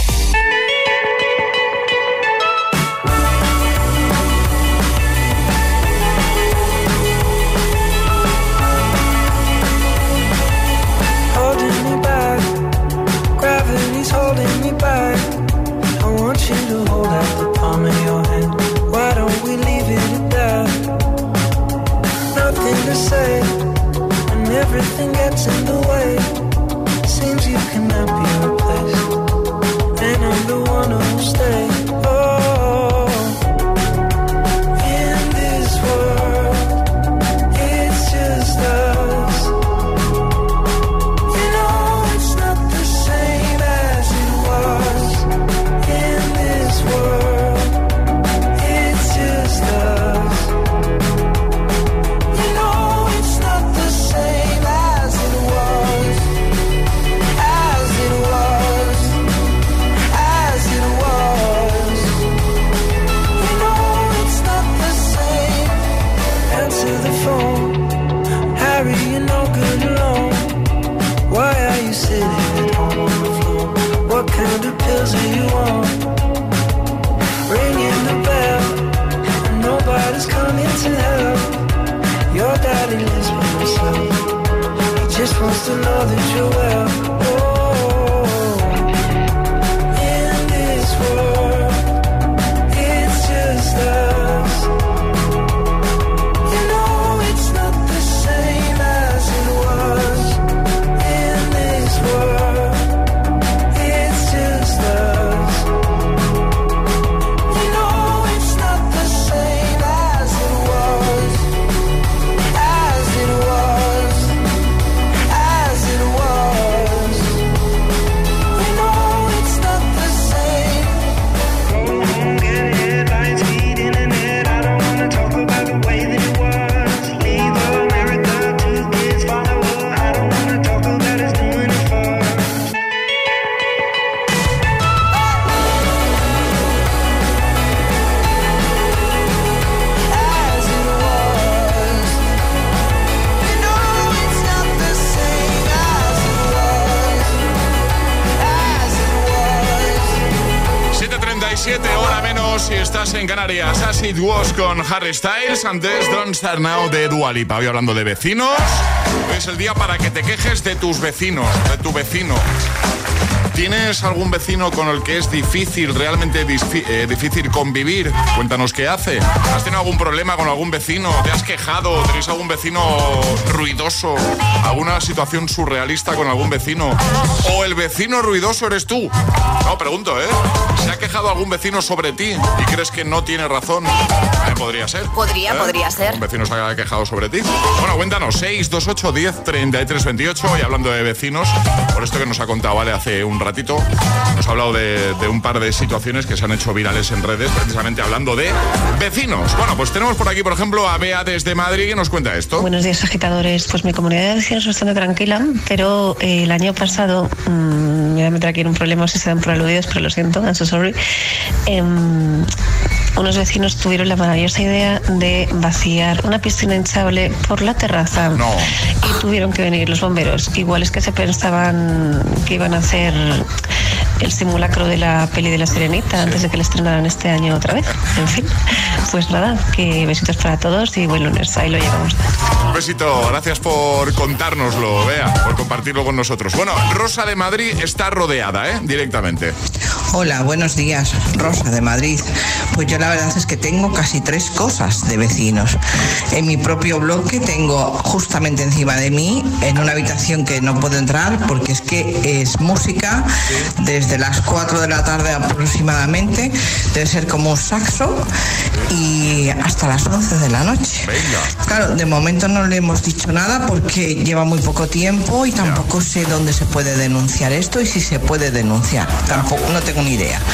Holding me back, gravity's holding me back. I want you to hold out the palm of your hand. Why don't we leave it at that? Nothing to say, and everything gets in the way. Seems you cannot be replaced. supposed to know that you're well. Oh, in this world, it's just us. You know it's not the same as it was. In this world, it's just us. You know it's not the same as it was. As it was. As it was. You know it's not the same. Go home, get headlines, feed internet. I don't wanna talk about the way that it was. Leave America, two kids follow her. I don't wanna talk about us doing it first. As it was. You know it's not the same as it was. As it was. siete treinta y siete, hora menos si estás en Canarias. As It Was con Harry Styles. Antes Don't Start Now de Dua Lipa. Hoy hablando de vecinos. Hoy es el día para que te quejes de tus vecinos, de tu vecino. ¿Tienes algún vecino con el que es difícil, realmente disfi- eh, difícil convivir? Cuéntanos qué hace. ¿Has tenido algún problema con algún vecino? ¿Te has quejado? ¿Tenéis algún vecino ruidoso? ¿Alguna situación surrealista con algún vecino? ¿O el vecino ruidoso eres tú? No, pregunto, ¿eh? ¿Se ha quejado algún vecino sobre ti y crees que no tiene razón? Eh, podría ser. Podría, ¿Eh? podría ser. ¿Un vecino se ha quejado sobre ti? Bueno, cuéntanos, seis dos ocho, diez, treinta y tres, veintiocho. Y hablando de vecinos, por esto que nos ha contado, ¿vale? Hace un ratito nos ha hablado de, de un par de situaciones que se han hecho virales en redes, precisamente hablando de vecinos. Bueno, pues tenemos por aquí, por ejemplo, a Bea desde Madrid, que nos cuenta esto. Buenos días, agitadores. Pues mi comunidad de vecinos es bastante tranquila, pero eh, el año pasado, mmm, me voy a meter aquí en un problema si se dan por aludidos, pero lo siento, I'm so sorry. Eh, unos vecinos tuvieron la maravillosa idea de vaciar una piscina hinchable por la terraza. No. Y tuvieron que venir los bomberos. Igual es que se pensaban que iban a hacer el simulacro de la peli de La Sirenita, sí, antes de que la estrenaran este año otra vez. En fin, pues nada, que besitos para todos y buen lunes, ahí lo llevamos. Un besito, gracias por contárnoslo, Bea, por compartirlo con nosotros. Bueno, Rosa de Madrid está rodeada, ¿eh? Directamente. Hola, buenos días, Rosa de Madrid. Pues yo la verdad es que tengo casi tres cosas de vecinos. En mi propio bloque tengo justamente encima de mí, en una habitación que no puedo entrar porque es que es música desde las cuatro de la tarde aproximadamente, debe ser como un saxo, y hasta las once de la noche. Venga. Claro, de momento no le hemos dicho nada porque lleva muy poco tiempo y tampoco sé dónde se puede denunciar esto y si se puede denunciar. Tampoco, no tengo ni idea.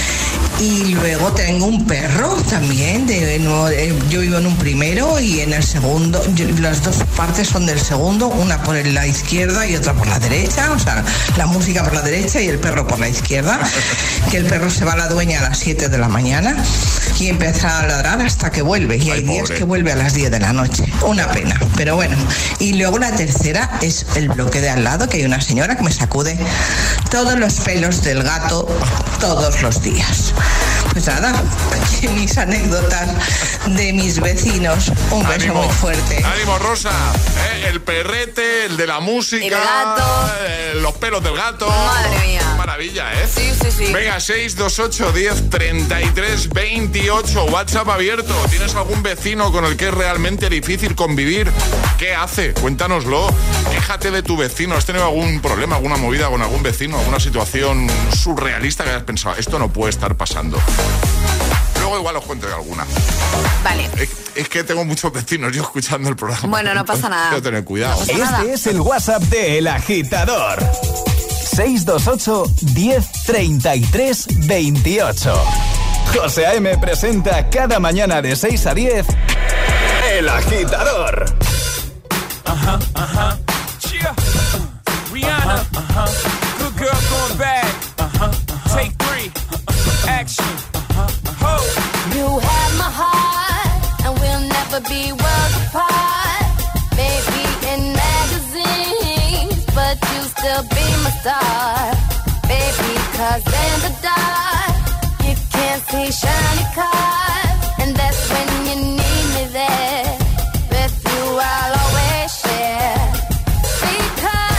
Y luego tengo un perro también, de, no, eh, yo vivo en un primero y en el segundo, yo, las dos partes son del segundo, una por la izquierda y otra por la derecha, o sea, la música por la derecha y el perro por la izquierda, que el perro se va a la dueña a las siete de la mañana y empieza a ladrar hasta que vuelve, y hay días que vuelve a las diez de la noche, una pena, pero bueno. Y luego la tercera es el bloque de al lado, que hay una señora que me sacude todos los pelos del gato todos los días. Pues nada, aquí mis anécdotas de mis vecinos. Un beso ánimo, muy fuerte. Ánimo, Rosa. ¿Eh? El perrete, el de la música. El gato. Eh, los pelos del gato. Madre mía. Maravilla, ¿eh? Sí, sí, sí. Venga, seis dos ocho, diez, treinta y tres, veintiocho. WhatsApp abierto. ¿Tienes algún vecino con el que es realmente difícil convivir? ¿Qué hace? Cuéntanoslo. Quéjate de tu vecino. ¿Has tenido algún problema, alguna movida con algún vecino? ¿Alguna situación surrealista que hayas pensado? Esto no puede estar pasando. Luego igual os cuento de alguna. Vale. Es, es que tengo muchos vecinos yo escuchando el programa. Bueno, no pasa nada. Tengo que tener cuidado. No este nada. Es el WhatsApp de El Agitador. seis dos ocho, diez, treinta y tres, veintiocho. José A M presenta cada mañana de seis a diez El Agitador. Ajá, ajá. Yeah. Rihanna. Ajá. Good girl going bad. Ajá. Take three. Action. You have my heart, and we'll never be worlds apart. Maybe in magazines, but you still be my star. Baby, 'cause in the dark, you can't see shiny cars, and that's when you need me there. With you I'll always share, because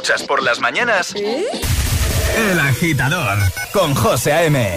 escuchas por las mañanas, El Agitador, con José A M.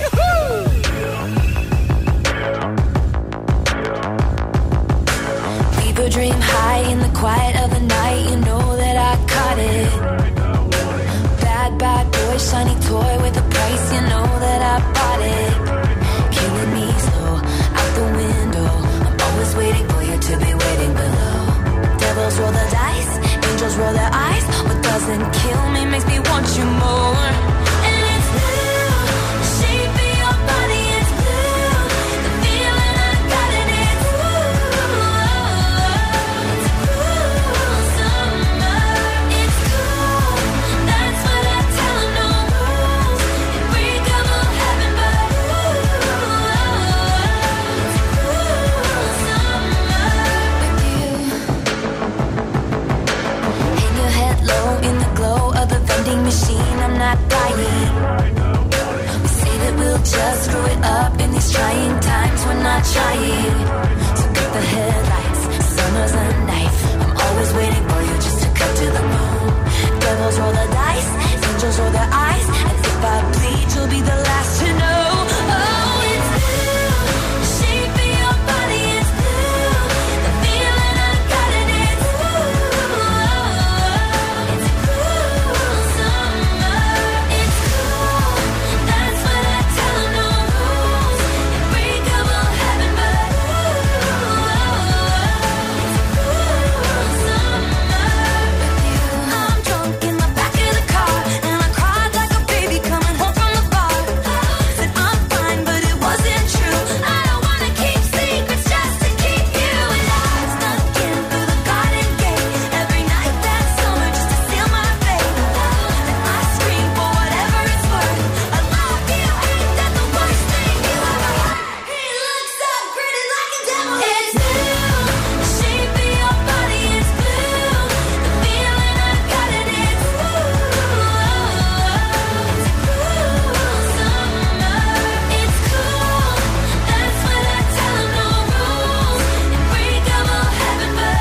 People dream high in the quiet of the night. You know that I caught it. Bad, bad boy, shiny toy with a price. You know that I bought it. Killing me slow, out the window. I'm always waiting for you to be waiting below. Devils roll the dice, angels roll their eyes. What doesn't kill me makes me want you more. And it's blue, the shape of your body is blue. The feeling I got in it, ooh, it's cool summer. It's cool, that's what I tell 'em, no rules. Unbreakable heaven, but ooh, it's cool summer with you. Hang your head low in the glow of the vending machine. I'm not dying. We say that we'll just screw it up in these trying times. We're not trying. So cut the headlights. Summer's a knife. I'm always waiting for you just to cut to the bone. Devils roll the dice. Angels roll their eyes. And if I bleed, you'll be the last to know. Oh, it's blue. The shape of your body is blue. The feeling I got in it, ooh, it's cool summer. It's cool, that's what I tell 'em, no rules. Unbreakable heaven, but ooh, it's cool summer with you. I'm drunk in the back of the car, and I cried like a baby coming home from the bar. Said I'm fine, but it wasn't true. I don't wanna keep secrets just to keep you alive. Snuck in through the garden gate every night that summer just to seal my fate. Then I scream for whatever it's worth. I love you, ain't that the worst thing you ever heard? He looks so pretty like a devil. It's blue, the shape of your body is blue. The feeling I got in it, ooh, it's cool summer. It's cool, that's what I tell 'em, no rules. Unbreakable heaven, but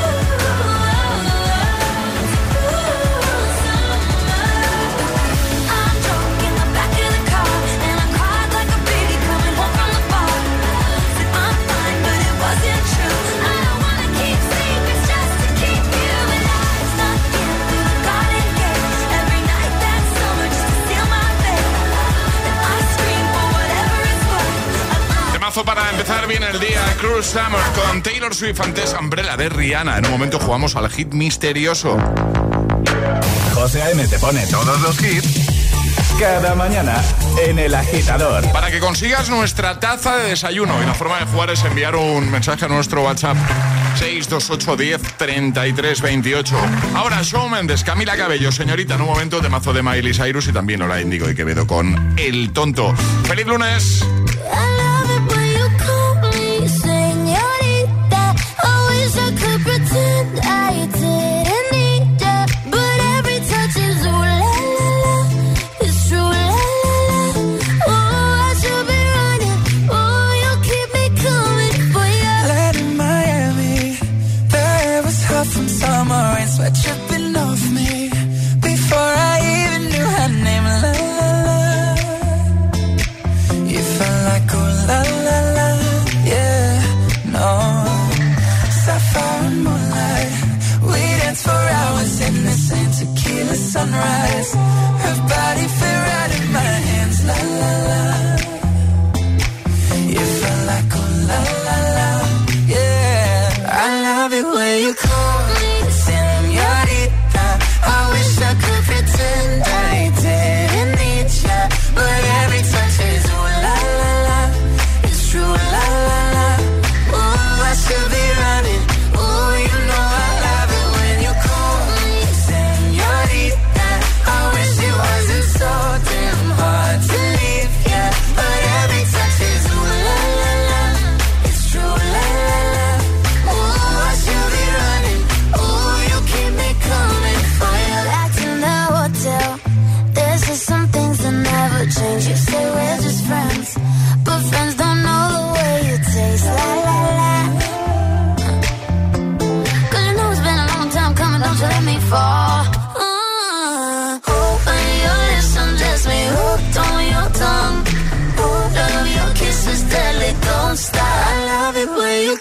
ooh, it's cool summer. I'm drunk in the back of the car, and I cried like a baby coming home from the bar. Said I'm fine, but it wasn't true. I don't wanna keep secrets just to keep you alive. Snuck in through the garden gate every night that summer just to seal my fate. Then I scream for whatever it's worth. I love Temazo para empezar bien el día, Cruise Summer con Taylor Swift, antes Umbrella de Rihanna. En un momento jugamos al hit misterioso. José A M te pone todos los hits cada mañana en El Agitador. Para que consigas nuestra taza de desayuno, y la forma de jugar es enviar un mensaje a nuestro WhatsApp seis dos ocho uno cero treinta y tres veintiocho. Ahora Shawn Mendes, Camila Cabello, señorita, en un momento temazo de Miley Cyrus y también Hora Índigo y Quevedo con El Tonto. ¡Feliz lunes! I love it when you call me señorita. I wish I could pretend I didn't need ya, but every touch is ooh la la la. It's true la la la. Oh, I should be running. Oh, you'll keep me coming for ya. Land in Miami, the air was hot from summer rain, sweat dripping off me. Before I even knew her name, la la la. You fell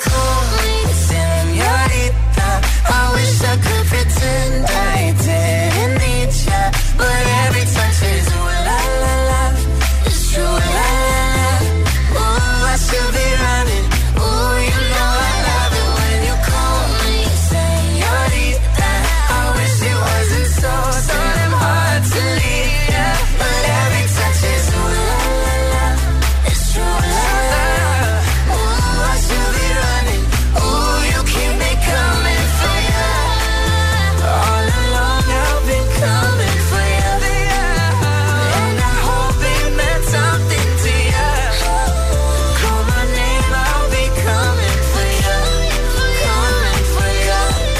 call me señorita, I wish I could pretend I didn't need ya, but every touch is ooh la la la, it's true la la la. Ooh, I should be running. Ooh, you know I love it when you call me señorita. I wish it wasn't so, so damn hard to leave ya, but every touch is ooh la la la, it's true la la la. Ooh, I should be running. Ooh, you keep me coming for ya. All along I've been coming for ya, and I hope it meant something to ya. Call my name, I'll be coming for ya, coming for ya,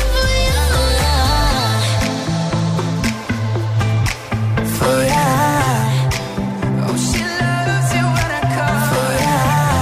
for ya. Oh, she loves you when I call for ya.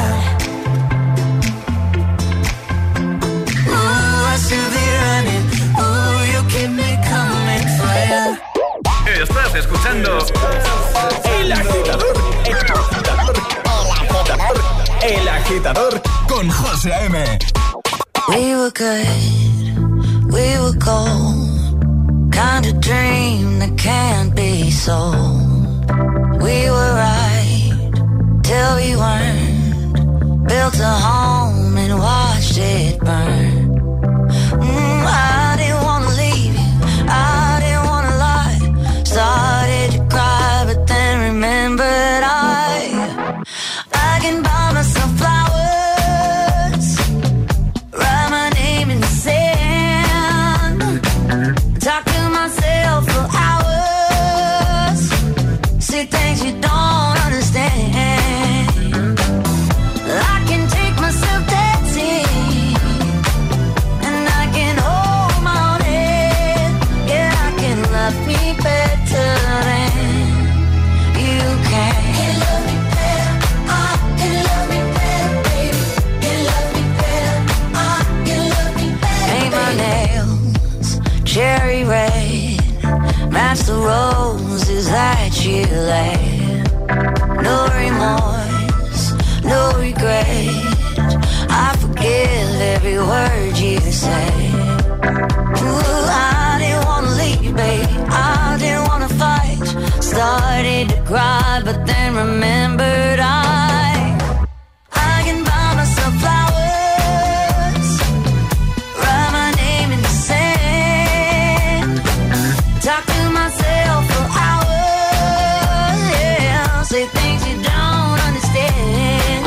Ooh, I should be running. Ooh, you keep me coming for ya. Estás escuchando El Agitador. El Agitador. El Agitador con José A M. We were good, we were gold, kind of dream that can't be sold. We were right till we weren't, built a home and watched it burn. Mm, I didn't wanna leave you, I didn't wanna lie. Started to cry, but then remembered I I can buy myself flowers, write my name in the sand, talk to myself for hours, see things you don't understand. I can take myself dancing, and I can hold my own head. Yeah, I can love me better than you can. Can love me better, I can love me better, baby. Can love me better, I can love me better. Paint my nails cherry red, match the roses that you laid. No remorse, no regret, I forgive every word you say. Ooh, I didn't wanna leave, babe, I didn't wanna fight. Started to cry, but then remembered I I can buy myself flowers, write my name in the sand, talk to myself for hours, yeah, say things you don't understand.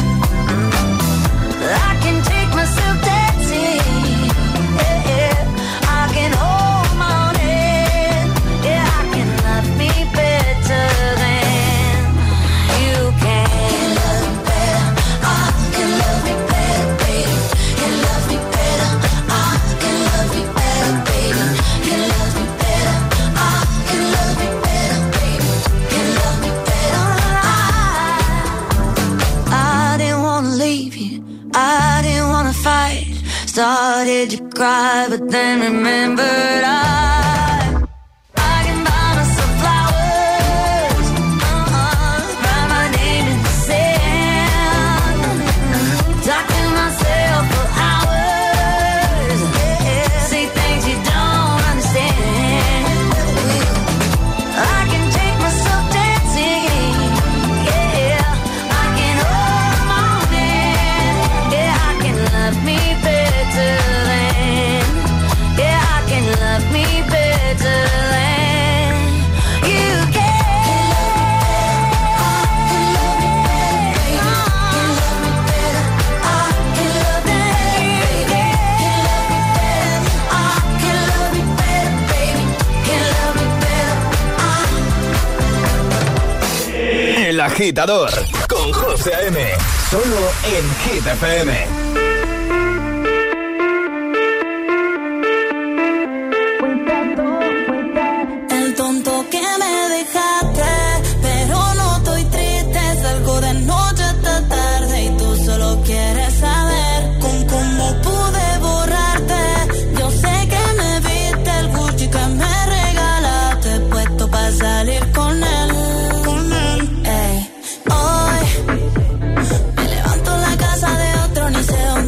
I can take myself dancing, yeah, yeah. I can hold my own head, yeah, I can love me better than you can. Can love me better, I can love me better, baby. Can love me better, I can love me better, baby. Can love me better, I can love me better, baby. Can love me better, I I didn't wanna leave you, I didn't wanna fight. Started to cry, but then remembered I I can buy myself flowers, uh-uh, write my name in the sand, talk to myself for hours, yeah, say things you don't understand. I can take myself dancing, yeah, I can hold my own hand, yeah, I can love me better than, yeah, I can love me better than you can. Can love me better, I can love me better, I can love me better, baby. Can love me better, I can love me better, baby. El Agitador con José A M. Solo en Hit F M. El tonto que me dejaste, pero no estoy triste, salgo de noche hasta tarde y tú solo quieres saber con cómo pude borrarte. Yo sé que me viste el Gucci que me regalaste, puesto para salir con él, con él. Ey, hoy me levanto en la casa de otro, ni sé dónde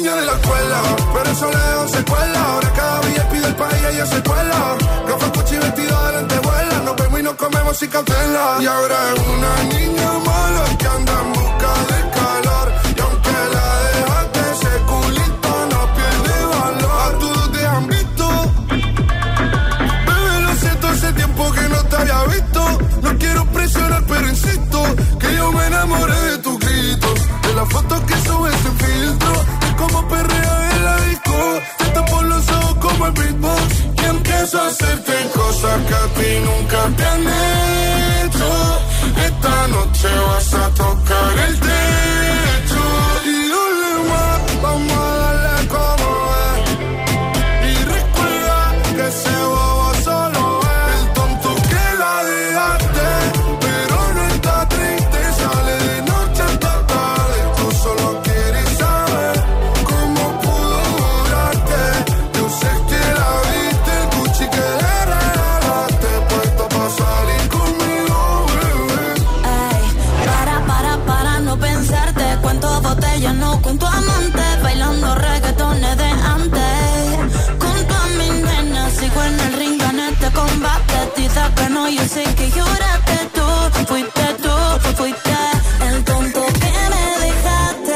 niña de la escuela, pero eso lejos se cuela. Ahora cada día pide el país y ella se cuela. Gafas, coche y vestido de lentejuela. Nos vemos y nos comemos sin cautela. Y ahora es una niña mala que anda en busca de calor. Y aunque la dejaste, ese culito no pierde valor. A todos te han visto. Bebé, lo siento, hace tiempo que no te había visto. No quiero presionar, pero insisto que yo me enamoré de tu grito. De las fotos que subes sin filtro. De cómo perrea en la disco. Te tapo los ojos como el beatbox. Y empiezo a hacerte cosas que a ti nunca te han hecho. Esta noche vas a tocar el techo. Y dale más, vamos a darle como es. Y recuerda que ese bobo solo es el tonto que la dejaste. Pero no está triste, sale de noche hasta tarde. Tú solo quieres saber cómo pudo durarte. Yo sé que la viste, el Gucci que le regalaste. Puesto pa' salir conmigo, bebé. Ay, para, para, para no pensarte. Cuento botellas, no cuento amantes. Bailando reggaetones de antes. Junto a mi nena, sigo en el ring, en este combate. Dice que no, yo sé que lloraste tú. Fuiste tú, fuiste el tonto que me dejaste.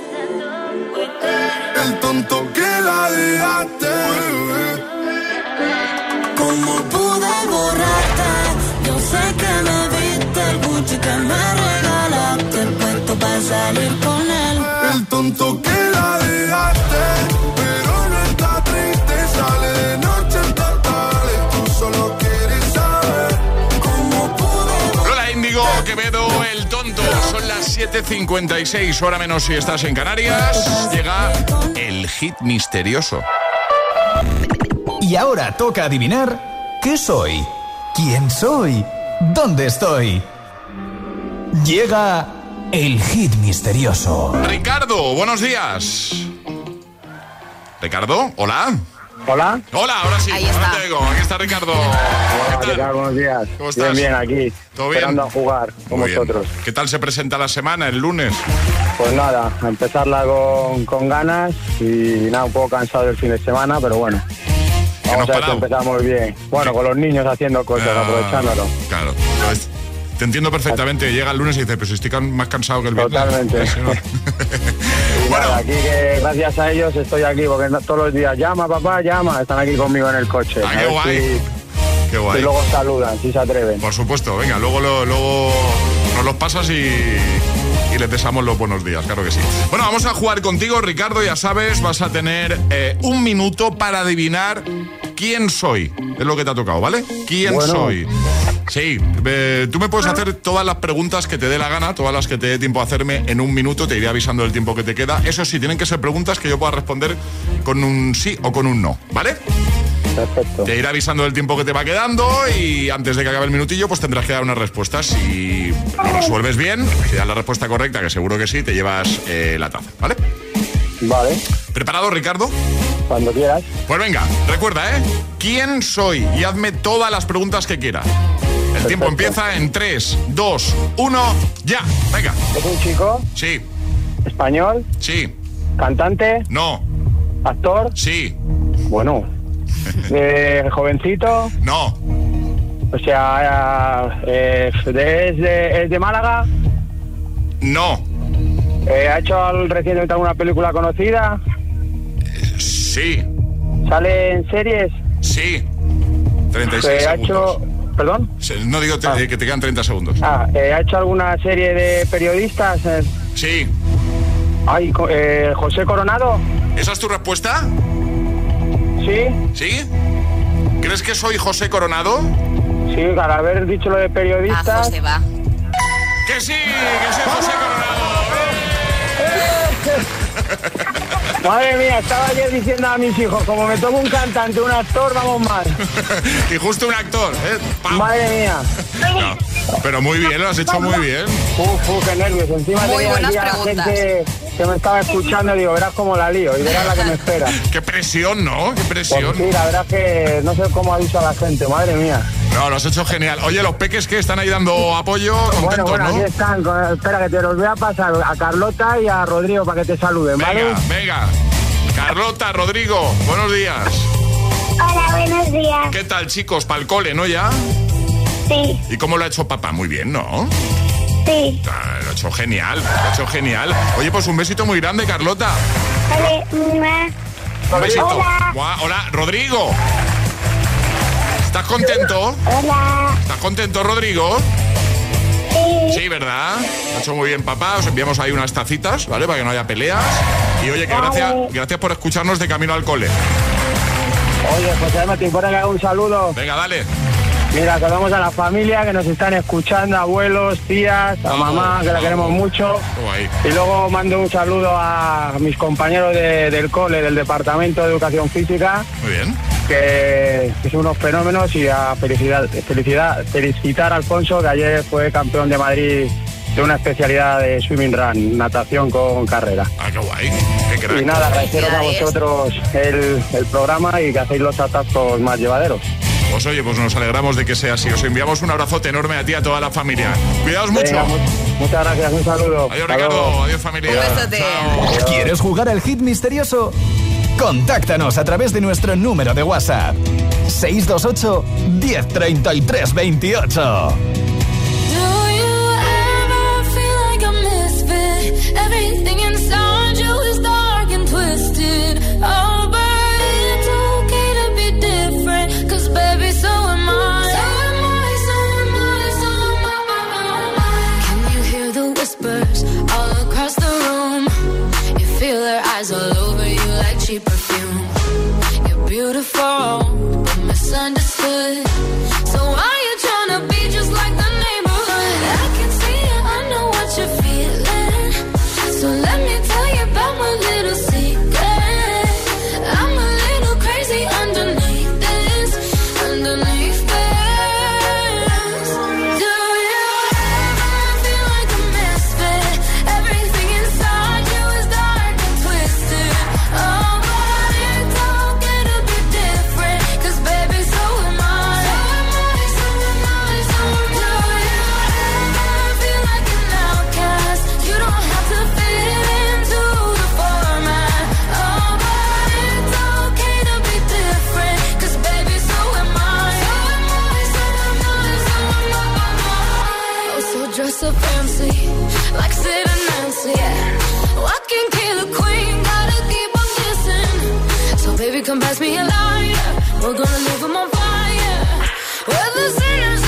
El tonto que la dejaste, bebé. ¿Cómo pude borrarte? Yo sé que me viste el Gucci que me regalaste. Puesto para salir con él. El tonto que la dejaste, pero no está triste, sale de noche hasta tarde. Tú solo quieres saber cómo pude. Lola Índigo, Quevedo, el tonto. Son las siete cincuenta y seis, hora menos si estás en Canarias. Llega el hit misterioso. Y ahora toca adivinar ¿qué soy? ¿Quién soy? ¿Dónde estoy? Llega el hit misterioso. Ricardo, buenos días. Ricardo, hola. Hola. Hola, ahora sí. Ahí está. Ahora te digo. Aquí está Ricardo. Hola, ¿Qué tal? ¿qué tal? Buenos días. ¿Cómo estás? Bien, bien, aquí. ¿Todo bien? Esperando a jugar con Muy bien. vosotros. ¿Qué tal se presenta la semana, el lunes? Pues nada, a empezarla con, con ganas y nada, un poco cansado del fin de semana, pero bueno. Vamos a ver si empezamos bien. Bueno, con los niños haciendo cosas, Ah, aprovechándolo. Claro. Entonces, te entiendo perfectamente. Llega el lunes y dices, pero si estoy can- más cansado que el viernes. Totalmente. Sí, ¿no? Y nada, aquí que gracias a ellos estoy aquí, porque no- todos los días, llama papá, llama, están aquí conmigo en el coche. Ah, A qué ver guay. si- Qué guay. Y luego saludan, si se atreven. Por supuesto, venga, luego, lo, luego nos los pasas y, y les deseamos los buenos días, claro que sí. Bueno, vamos a jugar contigo, Ricardo, ya sabes, vas a tener eh, un minuto para adivinar quién soy. Es lo que te ha tocado, ¿vale? ¿Quién Bueno. soy? Sí, eh, tú me puedes hacer todas las preguntas que te dé la gana, todas las que te dé tiempo a hacerme en un minuto, te iré avisando del tiempo que te queda. Eso sí, tienen que ser preguntas que yo pueda responder con un sí o con un no, ¿vale? Perfecto. Te iré avisando del tiempo que te va quedando y antes de que acabe el minutillo, pues tendrás que dar unas respuestas. Si lo resuelves bien, si das la respuesta correcta, que seguro que sí, te llevas eh, la taza, ¿vale? Vale. ¿Preparado, Ricardo? Cuando quieras. Pues venga, recuerda, ¿eh? ¿Quién soy? Y hazme todas las preguntas que quieras. El tiempo empieza en tres, dos, uno, ya. Venga. ¿Es un chico? Sí. ¿Español? Sí. ¿Cantante? No. ¿Actor? Sí. Bueno. Eh, ¿Jovencito? No. O sea, eh, ¿es, de, ¿es de Málaga? No. Eh, ¿Ha hecho al- recientemente alguna película conocida? Sí. ¿Sale en series? Sí. treinta y seis Eh, ¿Ha segundos. hecho... ¿Perdón? No digo te- Ah. que te quedan treinta segundos. Ah, eh, ¿ha hecho alguna serie de periodistas? Eh, Sí. ay, co- eh, ¿José Coronado? ¿Esa es tu respuesta? ¿Sí? ¿Sí? ¿Crees que soy José Coronado? Sí, al haber dicho lo de periodistas... Ah, José va. ¡Que sí! ¡Que soy José Coronado! Madre mía, estaba ayer diciendo a mis hijos, como me tomo un cantante, un actor, vamos mal. Y justo un actor, ¿eh? ¡Pam! Madre mía. No, pero muy bien, lo has hecho muy bien. Uf, uf, qué nervios. Encima Muy tenía buenas aquí a la preguntas. gente que me estaba escuchando, digo, verás cómo la lío y verás la que me espera. ¡Qué presión, ¿no? ¡Qué presión! Pues sí, la verdad es que no sé cómo avisa a la gente, madre mía. No, lo has hecho genial. Oye, los peques que están ahí dando apoyo, Bueno, contentos, bueno, ¿no? aquí están. con- Espera, que te los voy a pasar a Carlota y a Rodrigo para que te saluden, ¿vale? Venga, venga. Carlota, Rodrigo, buenos días. Hola, buenos días. ¿Qué tal, chicos? ¿Pa'l cole, no ya? Sí. ¿Y cómo lo ha hecho papá? Muy bien, ¿no? Sí. Ah, lo ha hecho genial, lo ha hecho genial. Oye, pues un besito muy grande, Carlota. Vale, mamá. Un besito. Hola. Guau, hola, Rodrigo. ¿Estás contento? Hola. ¿Estás contento, Rodrigo? Sí. Sí, ¿verdad? Lo ha hecho muy bien, papá. Os enviamos ahí unas tacitas, ¿vale? Para que no haya peleas. Y oye, que Vale. gracias, gracias por escucharnos de camino al cole. Oye, pues además te importa que haga un saludo. Venga, dale. Mira, saludamos a la familia que nos están escuchando, abuelos, tías, a mamá, que la queremos mucho. Guay. Y luego mando un saludo a mis compañeros de- del cole, del Departamento de Educación Física, Muy bien. que, que son unos fenómenos, y a felicidad, felicidad, felicitar a Alfonso, que ayer fue campeón de Madrid de una especialidad de swimming run, natación con carrera. Ah, qué guay. Qué crack. Y nada, agradeceros a Felicidades. vosotros el, el programa y que hacéis los atascos más llevaderos. Pues oye, pues nos alegramos de que sea así. Os enviamos un abrazote enorme a ti y a toda la familia. Cuidaos mucho. Venga, mu- muchas gracias, un saludo. Adiós, Hasta Ricardo. luego. Adiós, familia. Un besote. Chao. ¿Quieres jugar al hit misterioso? Contáctanos a través de nuestro número de WhatsApp. seis dos ocho, uno cero tres tres, veintiocho. Do you ever feel like a misfit? Everything inside you is dark and twisted. Oh, but it's okay to be different. Cause baby, so am I. So am I, so am I, so am I. Can you hear the whispers all across the room? You feel their eyes all over you like cheap perfume. You're beautiful, but misunderstood. So why you tryna be just like the neighborhood? I can see it, I know what you're feeling. So let me tell you about my little secret. I'm a little crazy underneath this, underneath this. Do you ever feel like a misfit? Everything inside you is dark and twisted. Oh, but it's okay to be different. Cause baby, so am I. So am I, so am I, so am I. Do you ever feel like an outcast? You don't have to fit into the format. Oh, but it's okay to be different. Cause baby, so am I. So am I, so am I, so am I. Oh, so dress up fancy, like Sid and Nancy. Walking killer queen, gotta keep on kissing. So baby, come pass me a lighter. We're gonna leave 'em on fire. We're the sinners